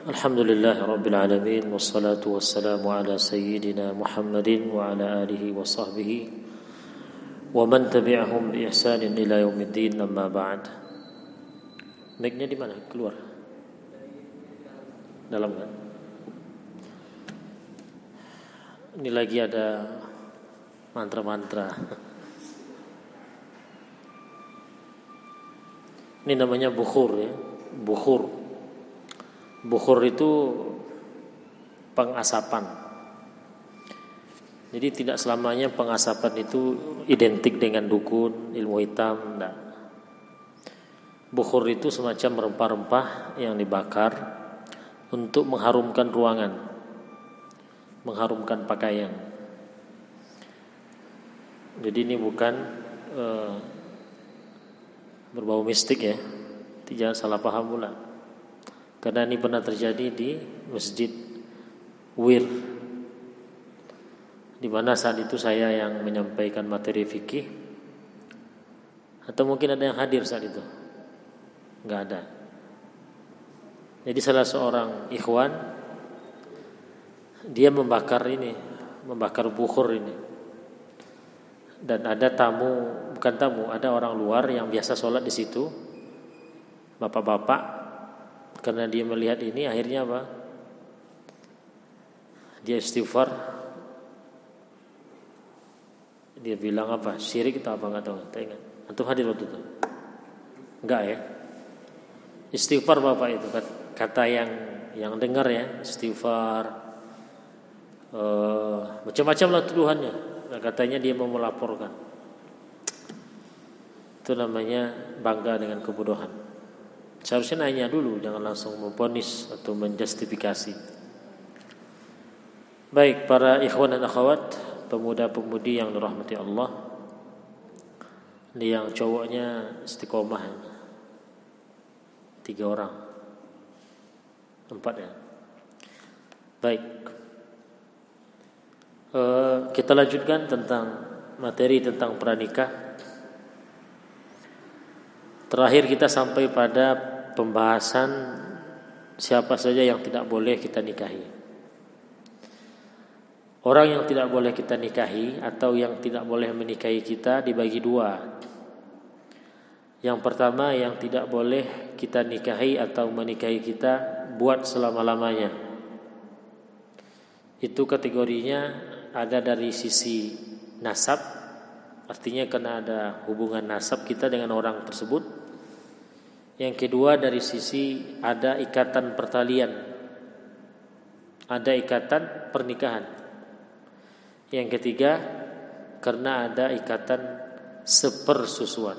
Alhamdulillah Rabbil Alamin. Wassalatu wassalamu ala Sayyidina Muhammadin wa ala alihi wa sahbihi wa man tabi'ahum bi ihsanin ila yaumiddin, amma ba'd. Mic-nya di mana? Keluar? Dalam kan? Ini lagi ada mantra-mantra. Ini namanya bukhur ya. Bukhur. Bukhur itu pengasapan. Jadi tidak selamanya pengasapan itu identik dengan dukun, ilmu hitam, enggak. Bukhur itu semacam rempah-rempah yang dibakar untuk mengharumkan ruangan, mengharumkan pakaian. Jadi ini bukan berbau mistik ya. Jangan salah paham pula. Karena ini pernah terjadi di Masjid Wir, di mana saat itu saya yang menyampaikan materi fikih, atau mungkin ada yang hadir saat itu? Enggak ada. Jadi salah seorang ikhwan, dia membakar bukhur ini, dan ada ada orang luar yang biasa sholat di situ, bapak-bapak. Karena dia melihat ini, akhirnya apa? Dia istighfar. Dia bilang apa? Syirik atau apa? Enggak tahu. Tak ingat. Antum hadir waktu itu? Enggak ya? Istighfar bapak itu kata yang dengar ya, istighfar. Macam-macam lah tuduhannya. Nah, katanya dia mau melaporkan. Itu namanya bangga dengan kebodohan. Seharusnya nanya dulu, jangan langsung memvonis atau menjustifikasi. Baik, para ikhwan dan akhwat, pemuda-pemudi yang dirahmati Allah, yang cowoknya istiqomah, 3 orang, 4 ya. Baik, kita lanjutkan tentang materi tentang pranikah. Terakhir kita sampai pada pembahasan siapa saja yang tidak boleh kita nikahi. Orang yang tidak boleh kita nikahi atau yang tidak boleh menikahi kita dibagi 2. Yang pertama, yang tidak boleh kita nikahi atau menikahi kita buat selama-lamanya. Itu kategorinya ada dari sisi nasab, artinya karena ada hubungan nasab kita dengan orang tersebut. Yang kedua, dari sisi ada ikatan pertalian, ada ikatan pernikahan. Yang ketiga, karena ada ikatan sepersusuan.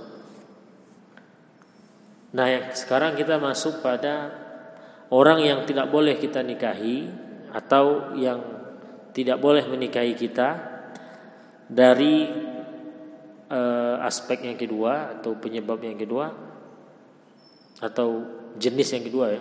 Nah, sekarang kita masuk pada orang yang tidak boleh kita nikahi atau yang tidak boleh menikahi kita dari aspek yang kedua atau penyebab yang kedua, atau jenis yang kedua ya.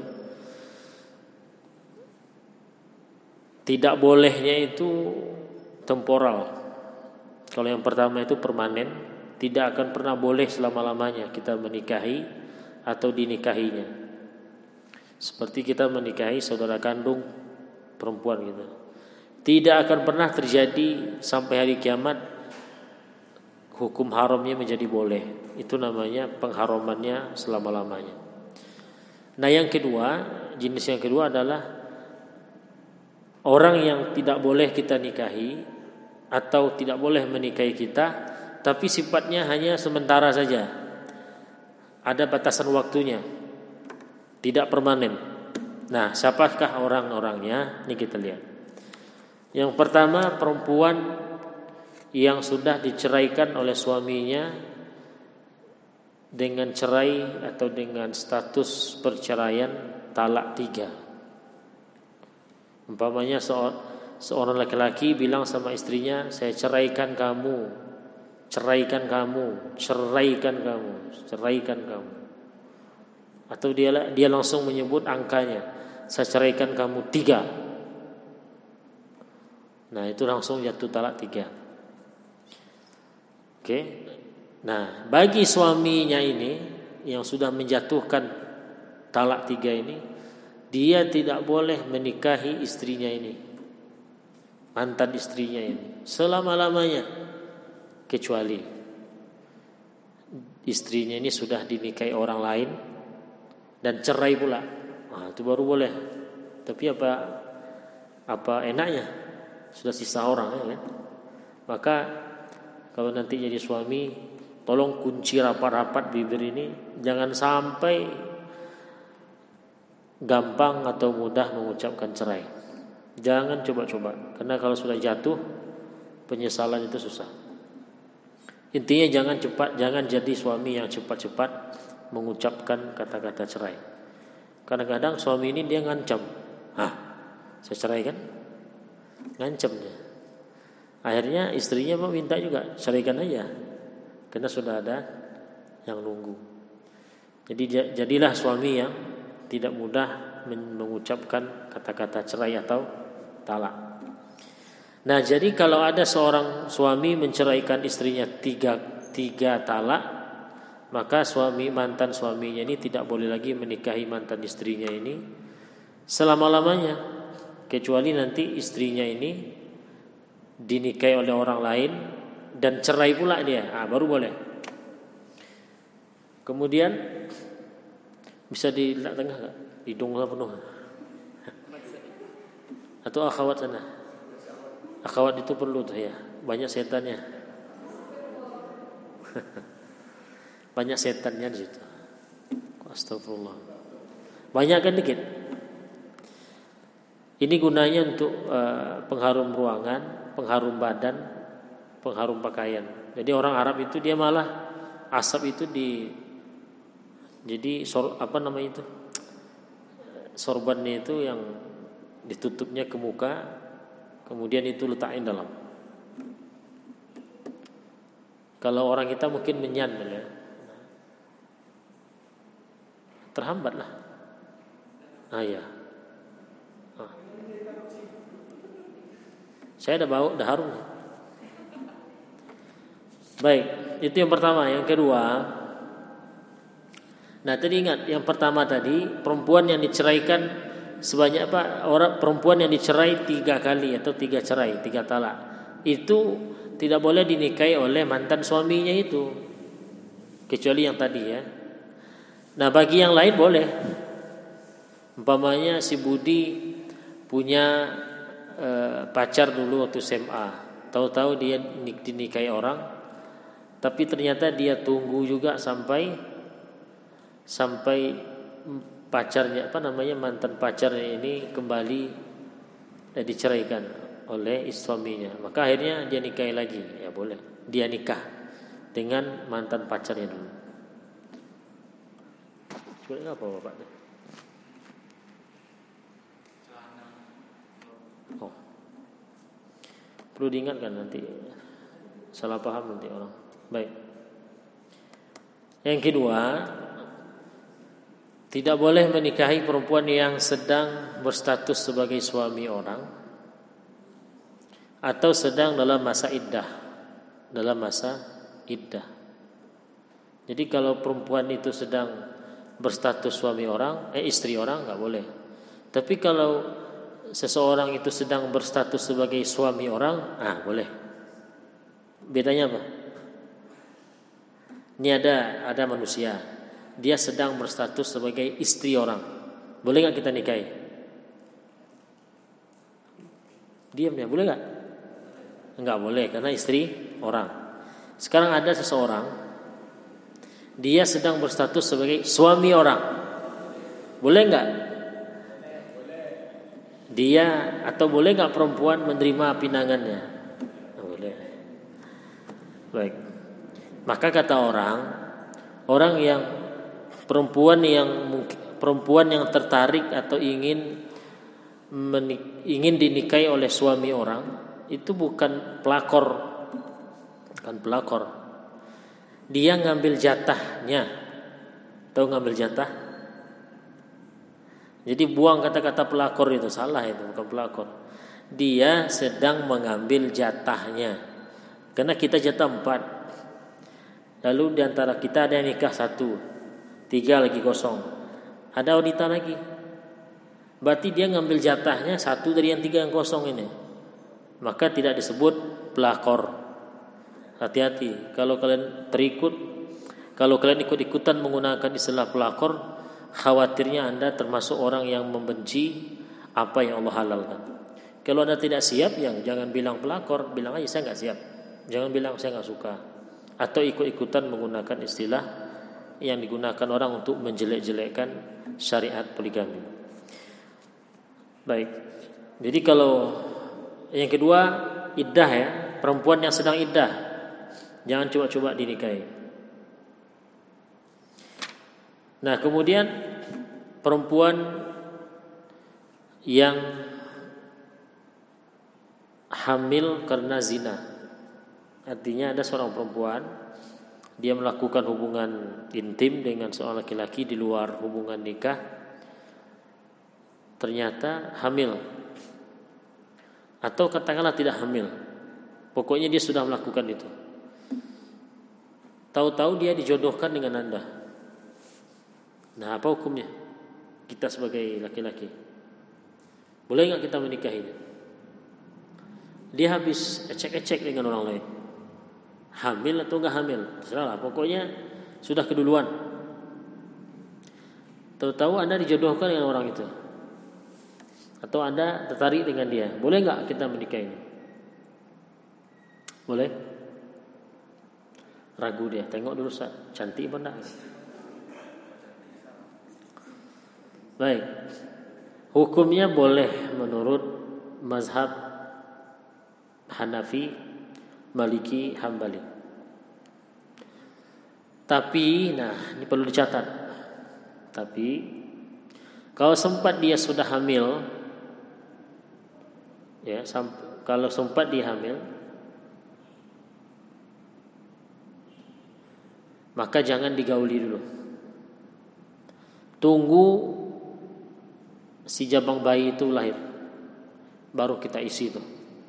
Tidak bolehnya itu temporal. Kalau yang pertama itu permanen, tidak akan pernah boleh selama-lamanya kita menikahi atau dinikahinya. Seperti kita menikahi saudara kandung perempuan gitu. Tidak akan pernah terjadi sampai hari kiamat hukum haramnya menjadi boleh. Itu namanya pengharamannya selama-lamanya. Nah, yang kedua, jenis yang kedua adalah orang yang tidak boleh kita nikahi atau tidak boleh menikahi kita, tapi sifatnya hanya sementara saja. Ada batasan waktunya, tidak permanen. Nah, siapakah orang-orangnya? Ini kita lihat. Yang pertama, perempuan yang sudah diceraikan oleh suaminya dengan cerai atau dengan status perceraian talak 3. Umpamanya seorang laki-laki bilang sama istrinya, saya ceraikan kamu, ceraikan kamu, ceraikan kamu, ceraikan kamu. Atau dia langsung menyebut angkanya, saya ceraikan kamu 3. Nah, itu langsung jatuh talak 3. Oke. Nah, bagi suaminya ini yang sudah menjatuhkan talak 3 ini, dia tidak boleh menikahi istrinya ini, mantan istrinya ini, selama-lamanya, kecuali istrinya ini sudah dinikahi orang lain dan cerai pula. Nah, itu baru boleh. Tapi apa enaknya, sudah sisa orang ya. Maka kalau nanti jadi suami, tolong kunci rapat-rapat bibir ini, jangan sampai gampang atau mudah mengucapkan cerai. Jangan coba-coba, karena kalau sudah jatuh, penyesalan itu susah. Intinya jangan jadi suami yang cepat-cepat mengucapkan kata-kata cerai. Kadang-kadang suami ini dia ngancam, saya cerai kan, ngancam dia. Akhirnya istrinya mau minta juga, ceraikan aja, karena sudah ada yang nunggu. Jadi jadilah suami yang tidak mudah mengucapkan kata-kata cerai atau talak. Nah, jadi kalau ada seorang suami menceraikan istrinya tiga talak, maka mantan suaminya ini tidak boleh lagi menikahi mantan istrinya ini selama-lamanya, kecuali nanti istrinya ini dinikahi oleh orang lain dan cerai pula dia, baru boleh. Kemudian bisa di tengah gak? Hidung penuh. Atau akhwat sana. Akhwat itu perlu tuh ya, banyak setannya. Banyak setannya di situ. Astagfirullah. Banyak kan dikit. Ini gunanya untuk pengharum ruangan, pengharum badan, pengharum pakaian. Jadi orang Arab itu dia malah asap itu sorbannya itu yang ditutupnya ke muka, kemudian itu letakin dalam. Kalau orang kita mungkin menyan ya, terhambat lah. Ya. Saya udah harum. Baik, itu yang pertama. Yang kedua, nah tadi ingat, yang pertama tadi perempuan yang diceraikan sebanyak orang perempuan yang dicerai 3 kali atau 3 cerai, 3 talak, itu tidak boleh dinikahi oleh mantan suaminya itu, kecuali yang tadi ya. Nah bagi yang lain boleh. Umpamanya si Budi punya pacar dulu waktu SMA, tahu-tahu dia dinikahi orang, tapi ternyata dia tunggu juga sampai pacarnya mantan pacarnya ini kembali diceraikan oleh suaminya, maka akhirnya dia nikahi lagi, ya boleh dia nikah dengan mantan pacarnya dulu. Coba apa Bapak? Perlu diingatkan, nanti salah paham nanti orang. Baik. Yang kedua, tidak boleh menikahi perempuan yang sedang berstatus sebagai suami orang atau sedang dalam masa iddah. Jadi kalau perempuan itu sedang berstatus suami orang, istri orang, nggak boleh. Tapi kalau seseorang itu sedang berstatus sebagai suami orang, boleh. Bedanya apa? Ini ada manusia, dia sedang berstatus sebagai istri orang, boleh nggak kita nikahi? Diam ya, boleh nggak? Nggak boleh, karena istri orang. Sekarang ada seseorang, dia sedang berstatus sebagai suami orang, boleh nggak? Dia atau boleh nggak perempuan menerima pinangannya? Boleh. Baik. Maka kata orang yang perempuan yang tertarik atau ingin dinikahi oleh suami orang itu bukan pelakor. Dia ngambil jatahnya. Tahu ngambil jatah? Jadi buang kata-kata pelakor itu, salah itu, bukan pelakor. Dia sedang mengambil jatahnya. Karena kita jatah 4. Lalu diantara kita ada yang nikah 1, 3 lagi kosong. Ada wanita lagi. berarti dia ngambil jatahnya satu dari yang 3 yang kosong ini. Maka tidak disebut pelakor. Hati-hati kalau kalian ikut-ikutan menggunakan istilah pelakor, khawatirnya Anda termasuk orang yang membenci apa yang Allah halalkan. Kalau Anda tidak siap, jangan bilang pelakor, bilang aja saya nggak siap. Jangan bilang saya nggak suka. Atau ikut-ikutan menggunakan istilah yang digunakan orang untuk menjelek-jelekkan syariat poligami. Baik. Jadi kalau yang kedua iddah ya, perempuan yang sedang iddah jangan coba-coba dinikahi. Nah, kemudian perempuan yang hamil karena zina. Artinya ada seorang perempuan, dia melakukan hubungan intim dengan seorang laki-laki di luar hubungan nikah, ternyata hamil. Atau katakanlah tidak hamil, pokoknya dia sudah melakukan itu. Tahu-tahu dia dijodohkan dengan Anda. Nah, apa hukumnya kita sebagai laki-laki? Boleh nggak kita menikahinya? Dia habis ecek-ecek dengan orang lain, hamil atau nggak hamil, terserah, pokoknya sudah keduluan. Tahu-tahu Anda dijodohkan dengan orang itu, atau Anda tertarik dengan dia, boleh nggak kita menikahinya? Boleh? Ragu dia, tengok dulu cantik apa enggak. Baik, hukumnya boleh menurut mazhab Hanafi, Maliki, Hambali. Tapi, ini perlu dicatat. Tapi, kalau sempat dia sudah hamil, ya, kalau sempat dia hamil, maka jangan digauli dulu. Tunggu si jabang bayi itu lahir, baru kita isi itu.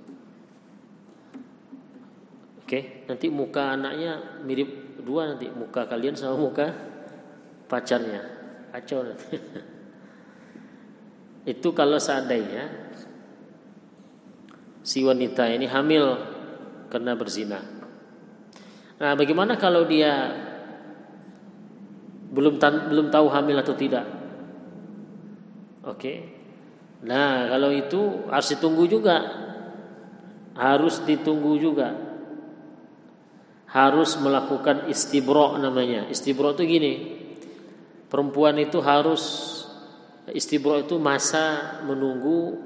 Oke, nanti muka anaknya mirip dua, nanti muka kalian sama muka pacarnya, kacau nanti. Itu kalau seandainya si wanita ini hamil karena berzina. Nah, bagaimana kalau dia belum tahu hamil atau tidak? Oke. Nah, kalau itu harus ditunggu juga. Harus melakukan istibro namanya. Istibro itu gini. Perempuan itu harus istibro itu masa menunggu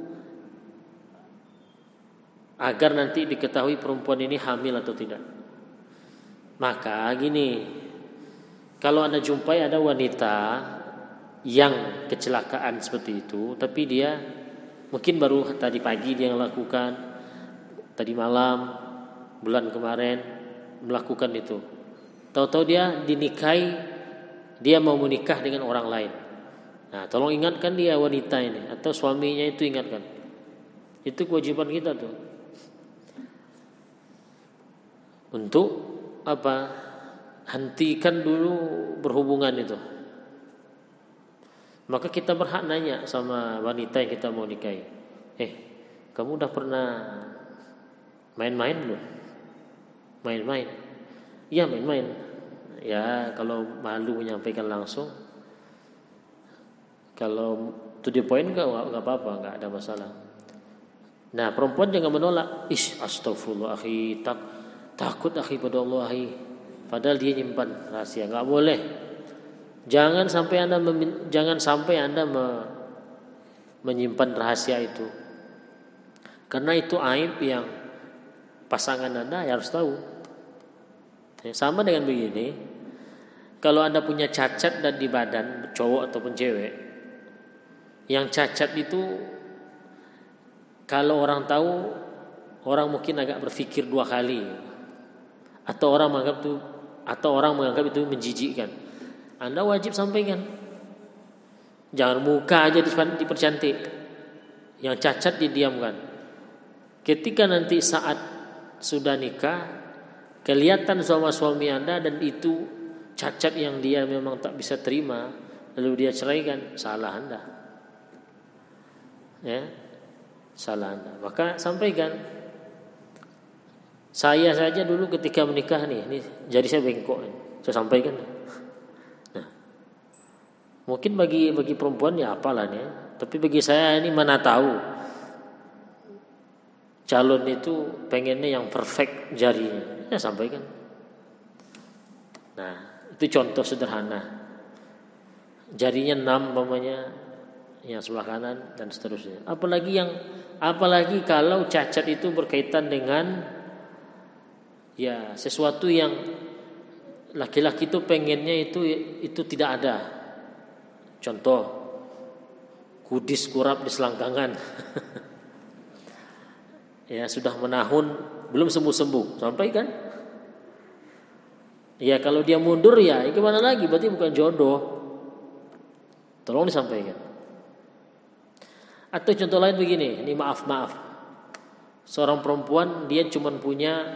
agar nanti diketahui perempuan ini hamil atau tidak. Maka gini, kalau Anda jumpai ada wanita yang kecelakaan seperti itu, tapi dia mungkin baru tadi pagi dia melakukan, tadi malam, bulan kemarin melakukan itu. Tahu-tahu dia dinikahi, dia mau menikah dengan orang lain. Nah, tolong ingatkan dia wanita ini atau suaminya itu, ingatkan. Itu kewajiban kita tuh. Untuk apa? Hentikan dulu berhubungan itu. Maka kita berhak nanya sama wanita yang kita mau nikahi. Kamu udah pernah main-main belum? Main-main? Iya, main-main. Ya, kalau malu menyampaikan langsung. Kalau to the point enggak apa-apa, enggak ada masalah. Nah, perempuan jangan menolak. Astagfirullah akhi, takut akhi pada Allah akhi. Padahal dia nyimpan rahasia, enggak boleh. Jangan sampai Anda menyimpan rahasia itu. Karena itu aib yang pasangan Anda harus tahu. Sama dengan begini, kalau Anda punya cacat dan di badan, cowok ataupun cewek, yang cacat itu kalau orang tahu, orang mungkin agak berpikir 2 kali, atau orang menganggap itu menjijikkan. Anda wajib sampaikan. Jangan muka aja dipercantik. Yang cacat didiamkan. Ketika nanti saat sudah nikah, kelihatan sama suami Anda dan itu cacat yang dia memang tak bisa terima, lalu dia ceraikan, salah Anda. ya, salah Anda. Maka sampaikan. Saya saja dulu ketika menikah nih jari saya bengkok. Saya sampaikan. Nah, mungkin bagi perempuan ya apalah nih. Tapi bagi saya ini mana tahu calon itu pengennya yang perfect jarinya. Ya sampaikan. Nah, itu contoh sederhana. Jarinya 6 umpamanya, yang sebelah kanan dan seterusnya. Apalagi kalau cacat itu berkaitan dengan ya sesuatu yang laki-laki itu pengennya itu tidak ada. Contoh, kudis kurap di selangkangan. Ya sudah menahun belum sembuh-sembuh, sampaikan. Ya kalau dia mundur ya gimana lagi, berarti bukan jodoh. Tolong disampaikan. Atau contoh lain begini, ini maaf. Seorang perempuan dia cuma punya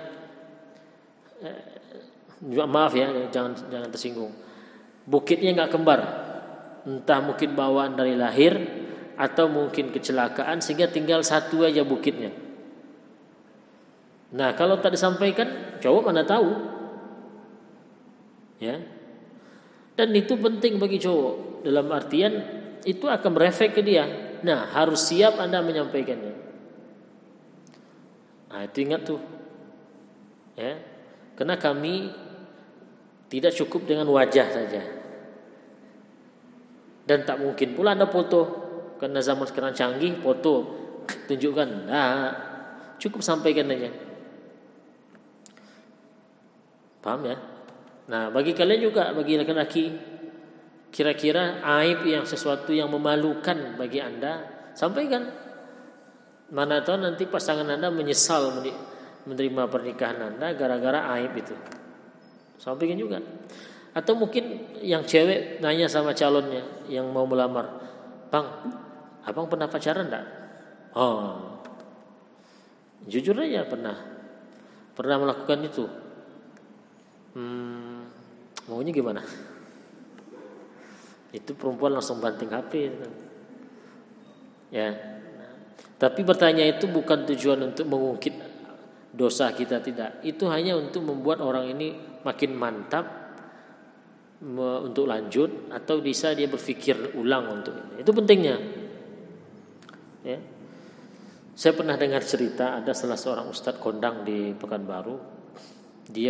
maaf ya, jangan tersinggung. Bukitnya nggak kembar. Entah mungkin bawaan dari lahir atau mungkin kecelakaan sehingga tinggal satu aja bukitnya. Nah, kalau tak disampaikan, cowok mana tahu? Ya. Dan itu penting bagi cowok. Dalam artian itu akan berefek ke dia. Nah, harus siap Anda menyampaikannya. Nah, itu ingat tuh. Ya. Karena kami tidak cukup dengan wajah saja. Dan tak mungkin pula Anda foto. Karena zaman sekarang canggih, foto tunjukkan. Nah, cukup sampaikan aja. Paham ya? Nah, bagi kalian juga, bagi laki-laki, kira-kira aib yang sesuatu yang memalukan bagi Anda, sampaikan. Mana tahu nanti pasangan Anda menyesal menerima pernikahan Anda gara-gara aib itu. Sampaikan juga. Atau mungkin yang cewek nanya sama calonnya yang mau melamar, "Bang, abang pernah pacaran enggak?" "Oh, jujur aja pernah melakukan itu." Maunya gimana? Itu perempuan langsung banting HP. Ya. Tapi bertanya itu bukan tujuan untuk mengungkit dosa kita, tidak. Itu hanya untuk membuat orang ini makin mantap untuk lanjut atau bisa dia berpikir ulang untuk ini. Itu pentingnya. Ya. Saya pernah dengar cerita ada salah seorang ustadz kondang di Pekanbaru. Dia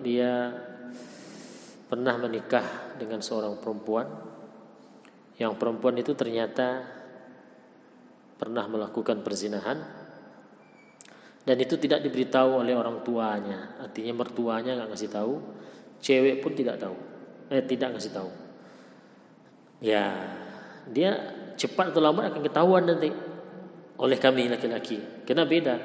pernah menikah dengan seorang perempuan. Yang perempuan itu ternyata pernah melakukan perzinahan dan itu tidak diberitahu oleh orang tuanya. Artinya mertuanya nggak ngasih tahu, cewek pun tidak ngasih tahu. Ya, dia cepat atau lambat akan ketahuan nanti oleh kami laki-laki. Karena beda.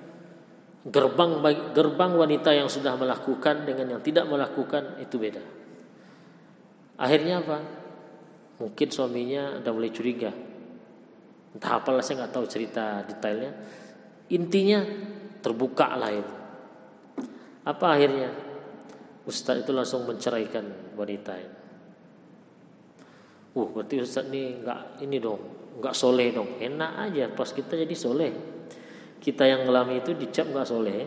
Gerbang wanita yang sudah melakukan dengan yang tidak melakukan itu beda. Akhirnya apa? Mungkin suaminya udah mulai curiga. Entah apalah, saya nggak tahu cerita detailnya. Intinya terbuka lah itu. Apa akhirnya? Ustadz itu langsung menceraikan wanita ini. Berarti Ustadz ini nggak soleh dong. Enak aja pas kita jadi soleh. Kita yang ngelami itu dicap nggak soleh.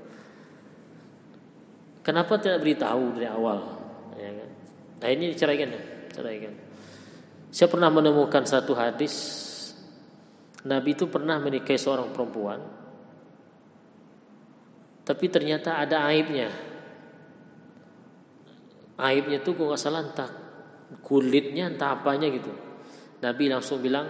Kenapa tidak beritahu dari awal? Ya kan? Nah ini diceraikan. Saya pernah menemukan satu hadis. Nabi itu pernah menikahi seorang perempuan, tapi ternyata ada aibnya. Aibnya itu kok nggak salah entah kulitnya entah apanya gitu. Nabi langsung bilang,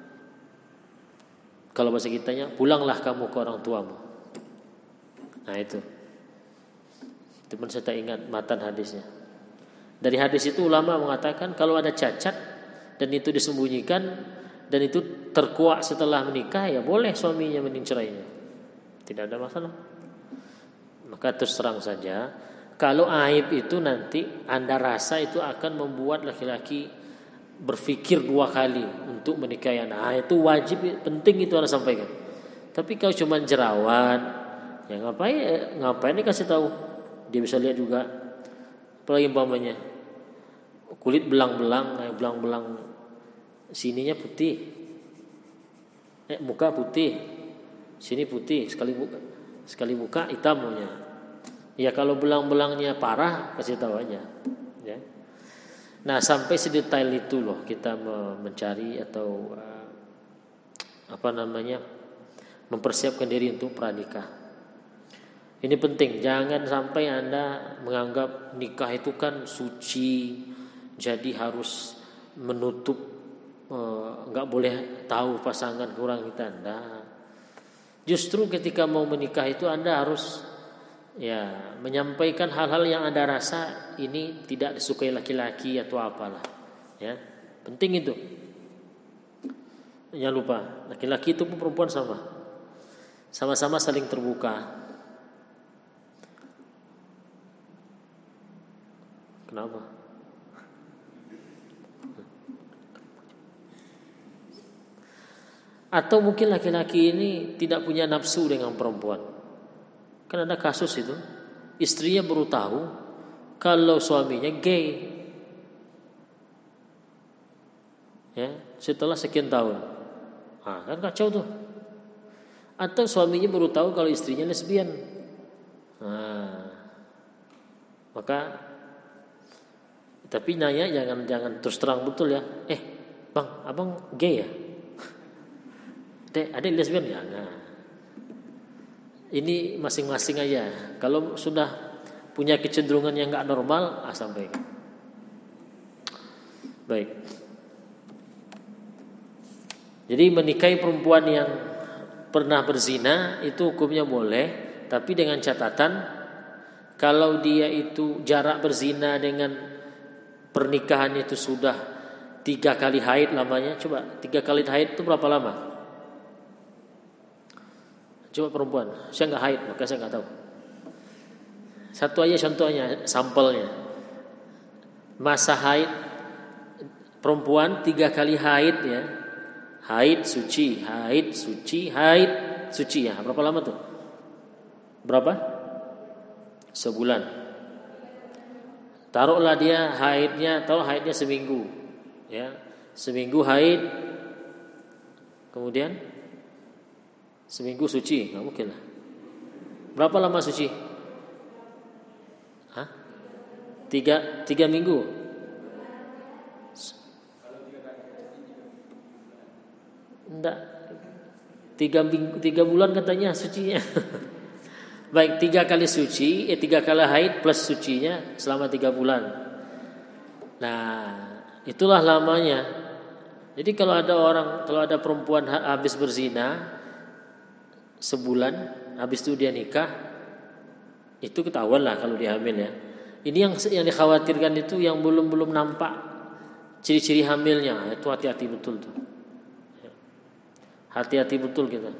kalau bahasa kitanya, pulanglah kamu ke orang tuamu. Nah itu. Teman saya tak ingat matan hadisnya. Dari hadis itu ulama mengatakan kalau ada cacat dan itu disembunyikan dan itu terkuak setelah menikah, ya boleh suaminya mencerainya. Tidak ada masalah. Maka terus terang saja, kalau aib itu nanti Anda rasa itu akan membuat laki-laki berpikir 2 kali untuk menikahi anak, itu wajib, penting itu Anda sampaikan. Tapi kalau cuma jerawat, ya ngapain dikasih tahu? Dia bisa lihat juga. Apalagi umpamanya kulit belang-belang sininya putih. Muka putih, sini putih, sekali buka hitam maunya. Ya kalau belang-belangnya parah kasih tahu aja. Ya. Nah sampai sedetail itu loh kita mencari atau mempersiapkan diri untuk pranikah. Ini penting, jangan sampai Anda menganggap nikah itu kan suci, jadi harus menutup, nggak boleh tahu pasangan kurang kita. Anda justru ketika mau menikah itu Anda harus menyampaikan hal-hal yang Anda rasa ini tidak disukai laki-laki atau apalah, ya penting itu. Jangan lupa laki-laki itu pun perempuan sama-sama saling terbuka. Kenapa? Atau mungkin laki-laki ini tidak punya nafsu dengan perempuan. Kan ada kasus itu, istrinya baru tahu kalau suaminya gay, ya setelah sekian tahun, kan kacau tuh. Atau suaminya baru tahu kalau istrinya lesbian, maka tapi nanya jangan terus terang betul ya. Bang, abang gay ya? Ada lesbian ya? Nah, ini masing-masing aja. Kalau sudah punya kecenderungan yang nggak normal, sampaikan. Baik. Jadi menikahi perempuan yang pernah berzina itu hukumnya boleh, tapi dengan catatan kalau dia itu jarak berzina dengan pernikahan itu sudah 3 kali haid lamanya. Coba 3 kali haid itu berapa lama? Coba perempuan, saya nggak haid maka saya nggak tahu. Satu aja contohnya, sampelnya. Masa haid perempuan 3 kali haid ya. Haid suci, haid suci, haid suci ya. Berapa lama tuh? Berapa? Sebulan. Taruhlah dia haidnya seminggu, ya seminggu haid, kemudian seminggu suci, nggak mungkin lah. Berapa lama suci? 3 minggu. Enggak, 3 bulan katanya sucinya. Baik, 3 kali suci, 3 kali haid plus sucinya selama 3 bulan. Nah, itulah lamanya. Jadi kalau ada perempuan habis berzina sebulan, habis itu dia nikah, itu ketahuan lah kalau dia hamil ya. Ini yang dikhawatirkan itu yang belum nampak ciri-ciri hamilnya, itu hati-hati betul tuh. Hati-hati betul kita.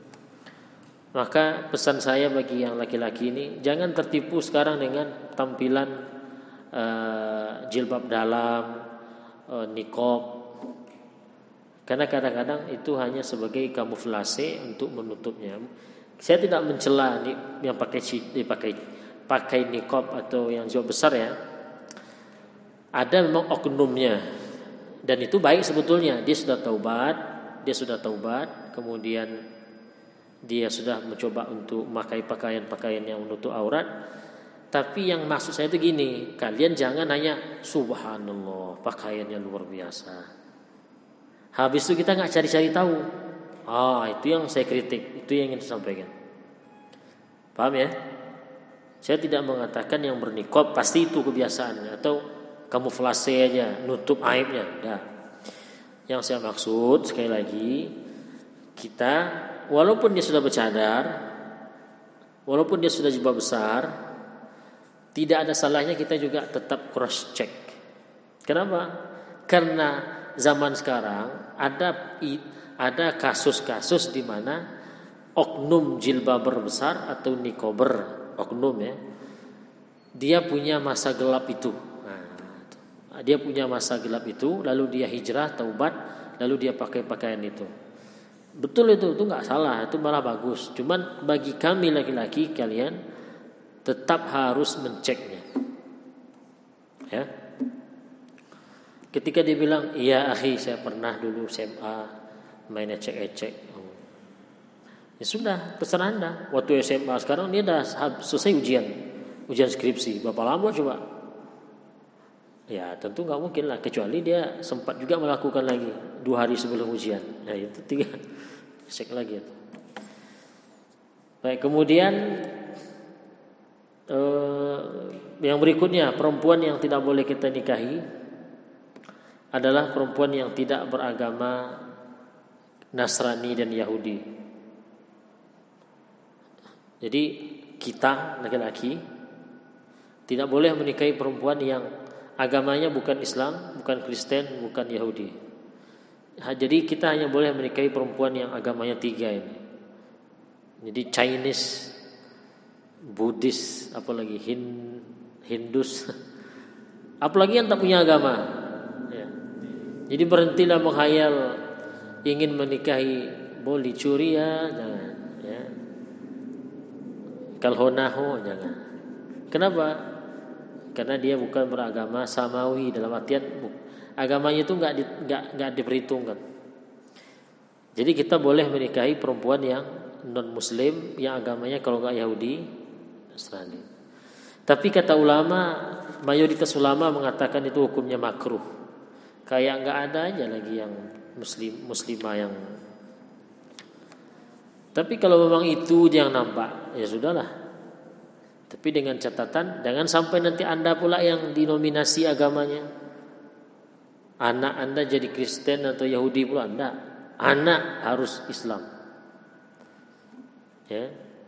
Maka pesan saya bagi yang laki-laki ini, jangan tertipu sekarang dengan tampilan jilbab dalam, niqab. Karena kadang-kadang itu hanya sebagai kamuflase untuk menutupnya. Saya tidak mencela yang pakai niqab atau yang jilbab besar ya. Ada memang oknumnya, dan itu baik sebetulnya. Dia sudah taubat, kemudian dia sudah mencoba untuk memakai pakaian-pakaian yang menutup aurat. Tapi yang maksud saya itu gini, kalian jangan hanya subhanallah pakaiannya luar biasa, habis itu kita nggak cari-cari tahu. Itu yang saya kritik, itu yang ingin saya sampaikan. Paham ya? Saya tidak mengatakan yang berniqab pasti itu kebiasaannya atau kamuflase aja nutup aibnya. Enggak. Yang saya maksud sekali lagi, kita walaupun dia sudah bercadar, walaupun dia sudah jilbab besar, tidak ada salahnya kita juga tetap cross check. Kenapa? Karena zaman sekarang ada kasus-kasus di mana oknum jilbaber besar atau niqaber, oknum ya, dia punya masa gelap itu. Dia punya masa gelap itu, lalu dia hijrah, taubat, lalu dia pakai pakaian itu. Betul itu nggak salah, itu malah bagus. Cuman bagi kami laki-laki, kalian tetap harus menceknya. Ya. Ketika dia bilang, iya akhi saya pernah dulu SMA main ecek-ecek. Ya sudah, terserah Anda. Waktu SMA sekarang dia dah selesai ujian skripsi. Berapa lama coba? Ya tentu nggak mungkin lah, kecuali dia sempat juga melakukan lagi 2 hari sebelum ujian. Nah itu 3 cek lagi itu. Baik, kemudian yang berikutnya, perempuan yang tidak boleh kita nikahi adalah perempuan yang tidak beragama Nasrani dan Yahudi. Jadi kita laki-laki tidak boleh menikahi perempuan yang agamanya bukan Islam, bukan Kristen, bukan Yahudi. Jadi kita hanya boleh menikahi perempuan yang agamanya 3 ini. Jadi Chinese, Buddhis, apalagi Hindus, apalagi yang tak punya agama. Ya. Jadi berhentilah menghayal ingin menikahi boleh curi ya, jangan. Ya. Kalhonaho jangan. Kenapa? Karena dia bukan beragama samawi, dalam artian agamanya itu nggak diperhitungkan. Jadi kita boleh menikahi perempuan yang non Muslim, yang agamanya kalau nggak Yahudi, Nasrani. Tapi kata ulama, mayoritas ulama mengatakan itu hukumnya makruh. Kayak nggak ada aja lagi yang muslimah yang. Tapi kalau memang itu yang nampak, ya sudahlah. Tapi dengan catatan, jangan sampai nanti Anda pula yang dinominasi agamanya. Anak Anda jadi Kristen atau Yahudi pula, enggak. Anak harus Islam. Ya.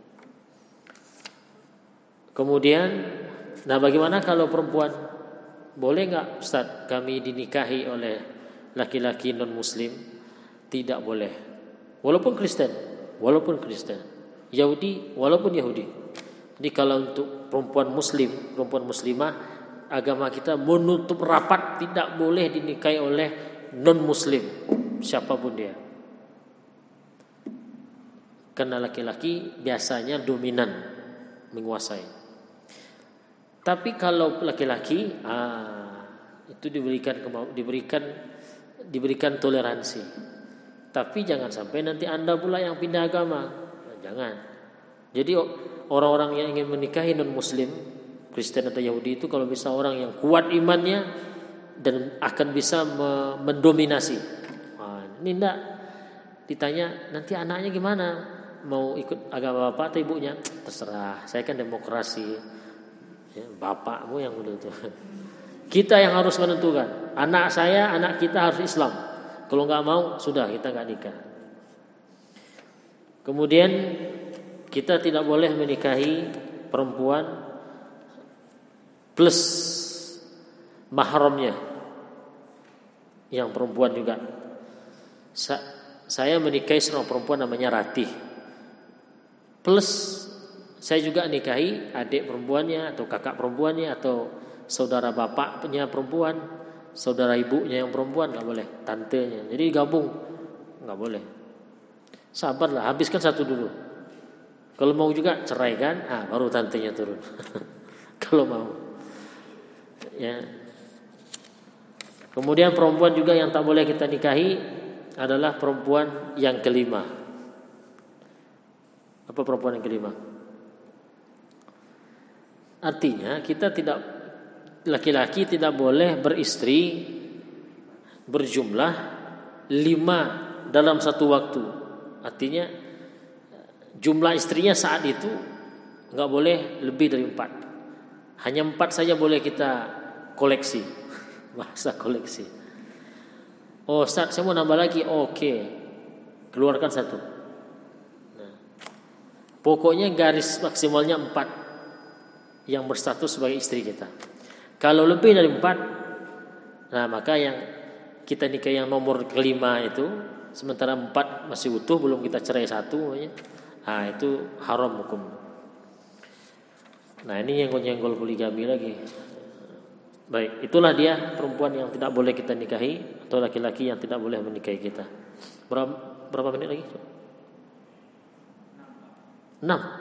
Kemudian, nah bagaimana kalau perempuan? Boleh nggak Ustaz kami dinikahi oleh laki-laki non Muslim? Tidak boleh. Walaupun Kristen. Yahudi, walaupun Yahudi. Jadi kalau untuk perempuan Muslim, perempuan Muslimah, agama kita menutup rapat tidak boleh dinikahi oleh non Muslim, siapapun dia. Karena laki-laki biasanya dominan, menguasai. Tapi kalau laki-laki, itu diberikan toleransi. Tapi jangan sampai nanti Anda pula yang pindah agama. Jangan. Jadi orang-orang yang ingin menikahi non Muslim, Kristen atau Yahudi itu kalau bisa orang yang kuat imannya dan akan bisa mendominasi. Ini enggak. Ditanya nanti anaknya gimana? Mau ikut agama bapak atau ibunya? Terserah. Saya kan demokrasi. Ya, bapakmu yang menentukan. Kita yang harus menentukan. Anak saya, anak kita harus Islam. Kalau nggak mau, sudah kita nggak nikah. Kemudian kita tidak boleh menikahi perempuan plus mahramnya, yang perempuan juga. Saya menikahi seorang perempuan namanya Ratih. Plus saya juga nikahi adik perempuannya atau kakak perempuannya atau saudara bapaknya perempuan, saudara ibunya yang perempuan, nggak boleh, tantenya. Jadi gabung, nggak boleh. Sabarlah, habiskan satu dulu. Kalau mau juga ceraikan, baru tantenya turun. Kalau mau, ya. Kemudian perempuan juga yang tak boleh kita nikahi adalah perempuan yang kelima. Apa perempuan yang kelima? Artinya laki-laki tidak boleh beristri berjumlah 5 dalam satu waktu. Artinya jumlah istrinya saat itu nggak boleh lebih dari 4. Hanya 4 saja boleh kita koleksi. Bahasa koleksi. Oh Ustaz, saya mau nambah lagi. Oke. Keluarkan 1. Nah, pokoknya garis maksimalnya 4 yang berstatus sebagai istri kita. Kalau lebih dari 4, nah maka yang kita nikah yang nomor kelima itu, sementara 4 masih utuh, belum kita cerai 1, itu haram hukum. Nah ini yang nyenggol poligami lagi. Baik, itulah dia perempuan yang tidak boleh kita nikahi atau laki-laki yang tidak boleh menikahi kita. Berapa menit lagi? 6.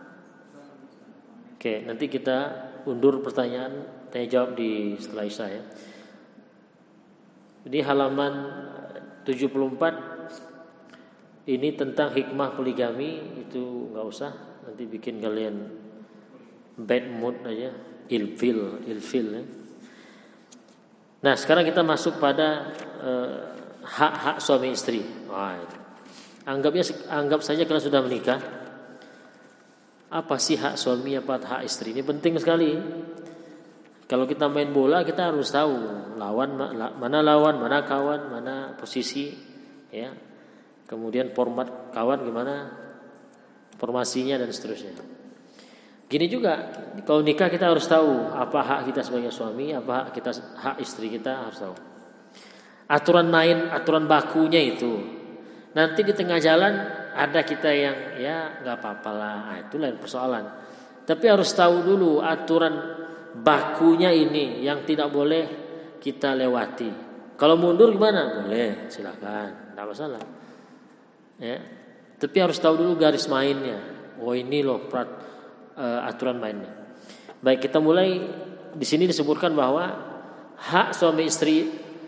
Oke, nanti kita undur pertanyaan tanya jawab di setelah Isya ya. Jadi halaman 74 Ini tentang hikmah poligami itu nggak usah, nanti bikin kalian bad mood aja, ilfil ya. Nah sekarang kita masuk pada hak-hak suami istri. Wah, itu. Anggap saja kalian sudah menikah. Apa sih hak suami, apa hak istri? Ini penting sekali. Kalau kita main bola kita harus tahu lawan, mana kawan, mana posisi, ya. Kemudian format kawan gimana, formasinya dan seterusnya. Gini juga kalau nikah kita harus tahu apa hak kita sebagai suami, apa hak istri kita harus tahu. Aturan main, aturan bakunya itu. Nanti di tengah jalan ada kita yang ya nggak apa-apa lah, itu lain persoalan. Tapi harus tahu dulu aturan bakunya ini yang tidak boleh kita lewati. Kalau mundur gimana? Boleh, silakan, tidak masalah. Ya, tapi harus tahu dulu garis mainnya. Oh ini loh aturan mainnya. Baik, kita mulai di sini disebutkan bahwa hak suami istri,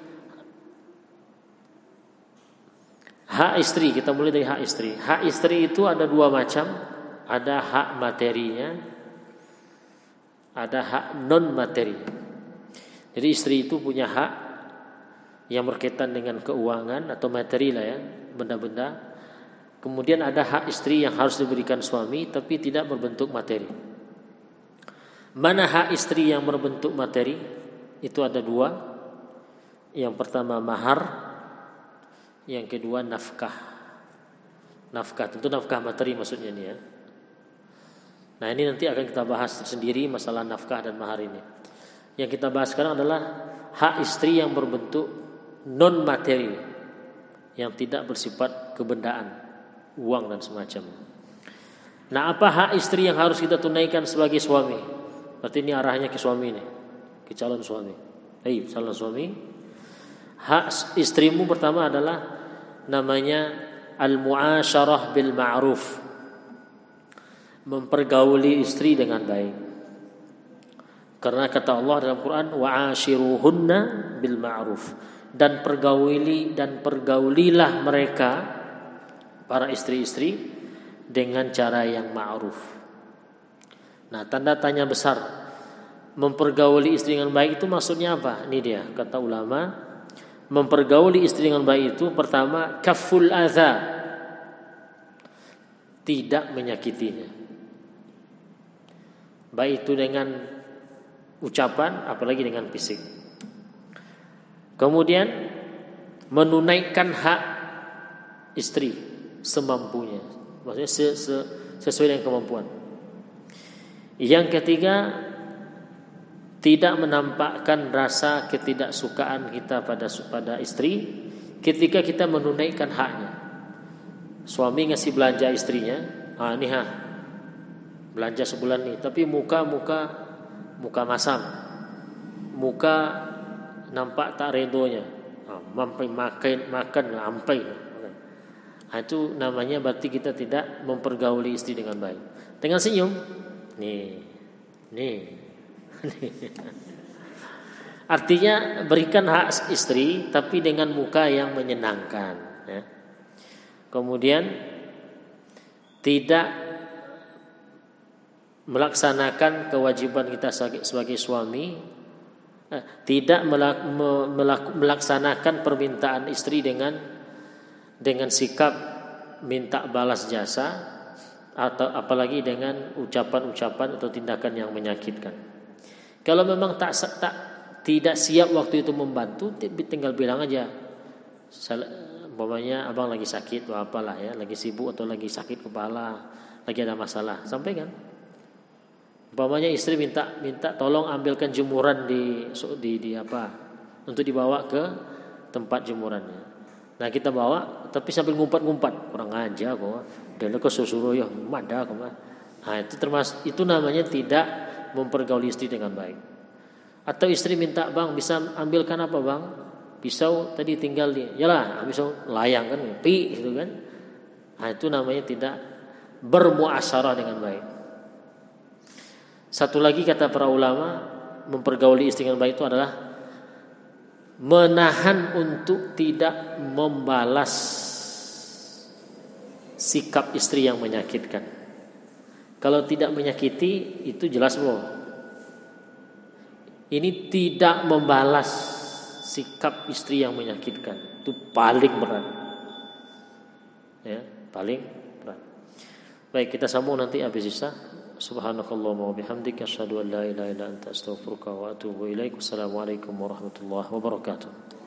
hak istri, kita mulai dari hak istri. Hak istri itu ada dua macam, ada hak materinya, ada hak non materi. Jadi istri itu punya hak yang berkaitan dengan keuangan atau materi lah ya, benda-benda. Kemudian ada hak istri yang harus diberikan suami tapi tidak berbentuk materi. Mana hak istri yang berbentuk materi? Itu ada dua. Yang pertama mahar, yang kedua nafkah. Nafkah, tentu nafkah materi maksudnya ini ya. Nah ini nanti akan kita bahas sendiri masalah nafkah dan mahar ini. Yang kita bahas sekarang adalah hak istri yang berbentuk non materi, yang tidak bersifat kebendaan, uang dan semacamnya. Nah apa hak istri yang harus kita tunaikan sebagai suami? Berarti ini arahnya ke suami nih, ke calon suami. Calon suami, hak istrimu pertama adalah namanya al-mu'asyarah bil ma'ruf, mempergauli istri dengan baik. Karena kata Allah dalam Quran, wa'ashiruhunna bil ma'ruf, dan pergaulilah mereka, para istri-istri, dengan cara yang ma'ruf. Nah, tanda tanya besar, mempergauli istri dengan baik itu maksudnya apa? Ini dia kata ulama, mempergauli istri dengan baik itu pertama kaful adza, tidak menyakitinya. Baik itu dengan ucapan, apalagi dengan fisik. Kemudian menunaikan hak istri semampunya, maksudnya sesuai dengan kemampuan. Yang ketiga, tidak menampakkan rasa ketidaksukaan kita pada istri ketika kita menunaikan haknya. Suami ngasih belanja istrinya, ini belanja sebulan nih, tapi muka masam, muka nampak tak redonya, mampai makan ampai. Itu namanya berarti kita tidak mempergauli istri dengan baik. Dengan senyum, nih. Artinya berikan hak istri tapi dengan muka yang menyenangkan. Ya. Kemudian tidak melaksanakan kewajiban kita sebagai suami, tidak melaksanakan permintaan istri dengan sikap minta balas jasa, atau apalagi dengan ucapan-ucapan atau tindakan yang menyakitkan. Kalau memang tidak siap waktu itu membantu, tinggal bilang aja, umpamanya abang lagi sakit atau apalah ya, lagi sibuk atau lagi sakit kepala, lagi ada masalah, sampaikan. Umpamanya istri minta tolong ambilkan jemuran di untuk dibawa ke tempat jemurannya. Nah kita bawa, tapi sambil ngumpat-ngumpat, kurang aja kok. Dia ke suruh ya, mada kok. Nah itu namanya tidak mempergauli istri dengan baik. Atau istri minta, bang bisa ambilkan apa bang? Pisau tadi tinggal di, yalah pisau layang kan, pi gitu kan. Nah itu namanya tidak bermuasyarah dengan baik. Satu lagi kata para ulama, mempergauli istri dengan baik itu adalah menahan untuk tidak membalas sikap istri yang menyakitkan. Kalau tidak menyakiti itu jelas bahwa ini tidak membalas sikap istri yang menyakitkan. Itu paling berat. Ya, paling berat. Baik, kita sambung nanti habis Isya. Subhanakallahumma wa bihamdika asyhadu an la ilaha illa anta astaghfiruka wa atubu ilaik. Wassalamualaikum warahmatullahi wabarakatuh.